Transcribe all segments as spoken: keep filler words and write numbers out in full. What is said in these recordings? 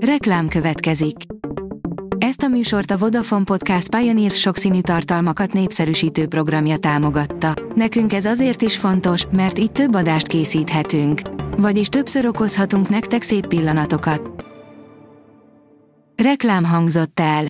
Reklám következik. Ezt a műsort a Vodafone Podcast Pioneer sokszínű tartalmakat népszerűsítő programja támogatta. Nekünk ez azért is fontos, mert így több adást készíthetünk. Vagyis többször okozhatunk nektek szép pillanatokat. Reklám hangzott el.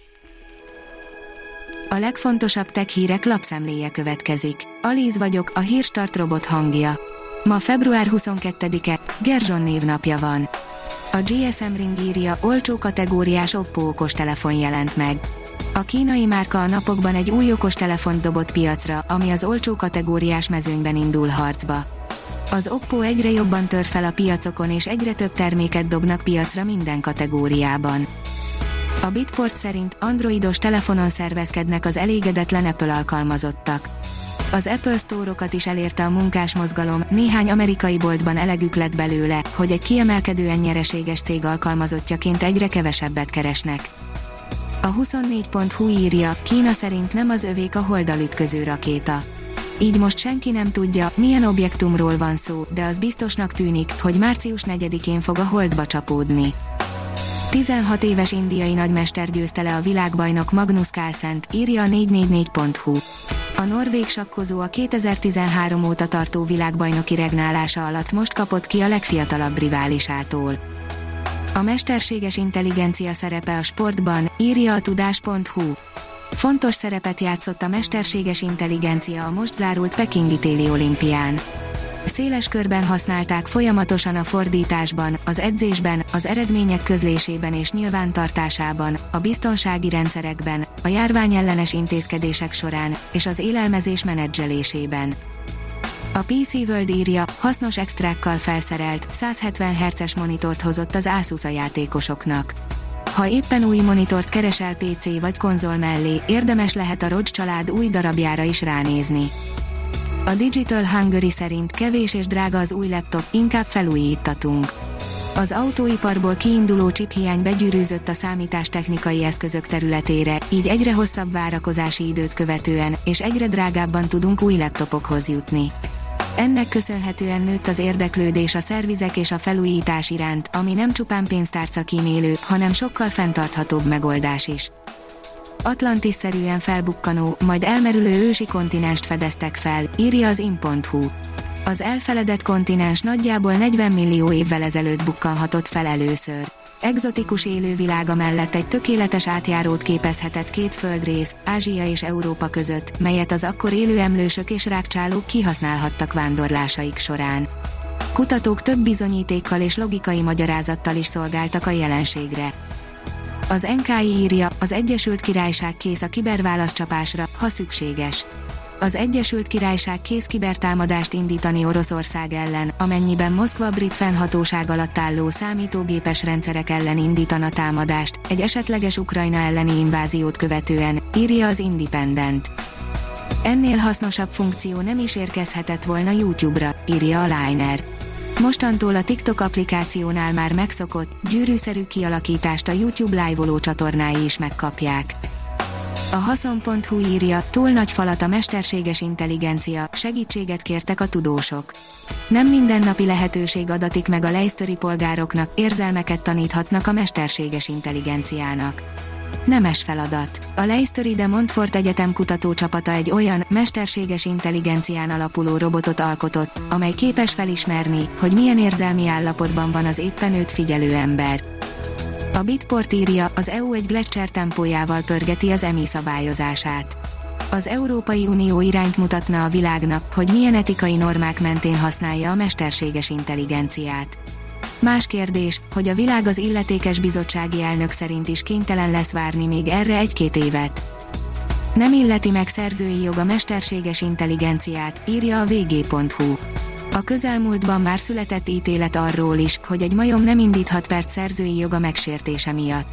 A legfontosabb tech hírek lapszemléje következik. Alíz vagyok, a Hírstart robot hangja. Ma február huszonkettedike, Gerzson névnapja van. A gé es em Ring írja, olcsó kategóriás Oppo okostelefon jelent meg. A kínai márka a napokban egy új okostelefont dobott piacra, ami az olcsó kategóriás mezőnyben indul harcba. Az Oppo egyre jobban tör fel a piacokon és egyre több terméket dobnak piacra minden kategóriában. A Bitport szerint androidos telefonon szervezkednek az elégedetlen Apple alkalmazottak. Az Apple Store-okat is elérte a munkásmozgalom, néhány amerikai boltban elegük lett belőle, hogy egy kiemelkedően nyereséges cég alkalmazottjaként egyre kevesebbet keresnek. A huszonnégy pont hu írja, Kína szerint nem az övék a holddal ütköző rakéta. Így most senki nem tudja, milyen objektumról van szó, de az biztosnak tűnik, hogy március negyedikén fog a holdba csapódni. tizenhat éves indiai nagymester győzte le a világbajnok Magnus Carlsent, írja a négy négy négy pont hu. A norvég sakkozó a kétezer-tizenhárom óta tartó világbajnoki regnálása alatt most kapott ki a legfiatalabb riválisától. A mesterséges intelligencia szerepe a sportban, írja a tudás pont hu. Fontos szerepet játszott a mesterséges intelligencia a most zárult pekingi téli olimpián. Széles körben használták folyamatosan a fordításban, az edzésben, az eredmények közlésében és nyilvántartásában, a biztonsági rendszerekben, a járványellenes intézkedések során, és az élelmezés menedzselésében. A pé cé World írja, hasznos extrákkal felszerelt, száz hetven hertzes monitort hozott az Asus a játékosoknak. Ha éppen új monitort keresel pé cé vagy konzol mellé, érdemes lehet a ROG család új darabjára is ránézni. A Digital Hungary szerint kevés és drága az új laptop, inkább felújítatunk. Az autóiparból kiinduló chiphiány begyűrűzött a számítástechnikai eszközök területére, így egyre hosszabb várakozási időt követően, és egyre drágábban tudunk új laptopokhoz jutni. Ennek köszönhetően nőtt az érdeklődés a szervizek és a felújítás iránt, ami nem csupán pénztárca kímélő, hanem sokkal fenntarthatóbb megoldás is. Atlantis-szerűen felbukkanó, majd elmerülő ősi kontinenst fedeztek fel, írja az in pont hu. Az elfeledett kontinens nagyjából negyven millió évvel ezelőtt bukkanhatott fel először. Egzotikus élővilága mellett egy tökéletes átjárót képezhetett két földrész, Ázsia és Európa között, melyet az akkor élő emlősök és rágcsálók kihasználhattak vándorlásaik során. Kutatók több bizonyítékkal és logikai magyarázattal is szolgáltak a jelenségre. Az en ká i írja, az Egyesült Királyság kész a kiberválaszcsapásra, ha szükséges. Az Egyesült Királyság kész kibertámadást indítani Oroszország ellen, amennyiben Moszkva brit fennhatóság alatt álló számítógépes rendszerek ellen indítana támadást, egy esetleges Ukrajna elleni inváziót követően, írja az Independent. Ennél hasznosabb funkció nem is érkezhetett volna YouTube-ra, írja a Liner. Mostantól a TikTok applikációnál már megszokott, gyűrűszerű kialakítást a YouTube live-oló csatornái is megkapják. A haszon pont hu írja, túl nagy falat a mesterséges intelligencia, segítséget kértek a tudósok. Nem mindennapi lehetőség adatik meg a leisztöri polgároknak, érzelmeket taníthatnak a mesterséges intelligenciának. Nemes feladat. A Leicesteri de Montfort Egyetem kutatócsapata egy olyan, mesterséges intelligencián alapuló robotot alkotott, amely képes felismerni, hogy milyen érzelmi állapotban van az éppen őt figyelő ember. A Bitport írja, az é u egy Gletscher tempójával pörgeti az e em i szabályozását. Az Európai Unió irányt mutatna a világnak, hogy milyen etikai normák mentén használja a mesterséges intelligenciát. Más kérdés, hogy a világ az illetékes bizottsági elnök szerint is kénytelen lesz várni még erre egy-két évet. Nem illeti meg szerzői jog a mesterséges intelligenciát, írja a vg pont hu. A közelmúltban már született ítélet arról is, hogy egy majom nem indíthat pert szerzői joga megsértése miatt.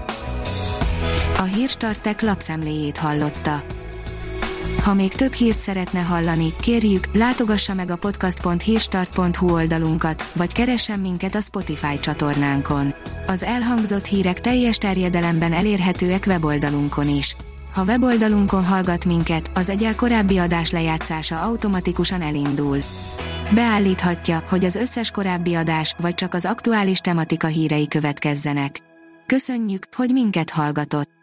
A Hírstart Tech lapszemléjét hallotta. Ha még több hírt szeretne hallani, kérjük, látogassa meg a podcast pont hírstart pont hu oldalunkat, vagy keressen minket a Spotify csatornánkon. Az elhangzott hírek teljes terjedelemben elérhetőek weboldalunkon is. Ha weboldalunkon hallgat minket, az egyel korábbi adás lejátszása automatikusan elindul. Beállíthatja, hogy az összes korábbi adás, vagy csak az aktuális tematika hírei következzenek. Köszönjük, hogy minket hallgatott!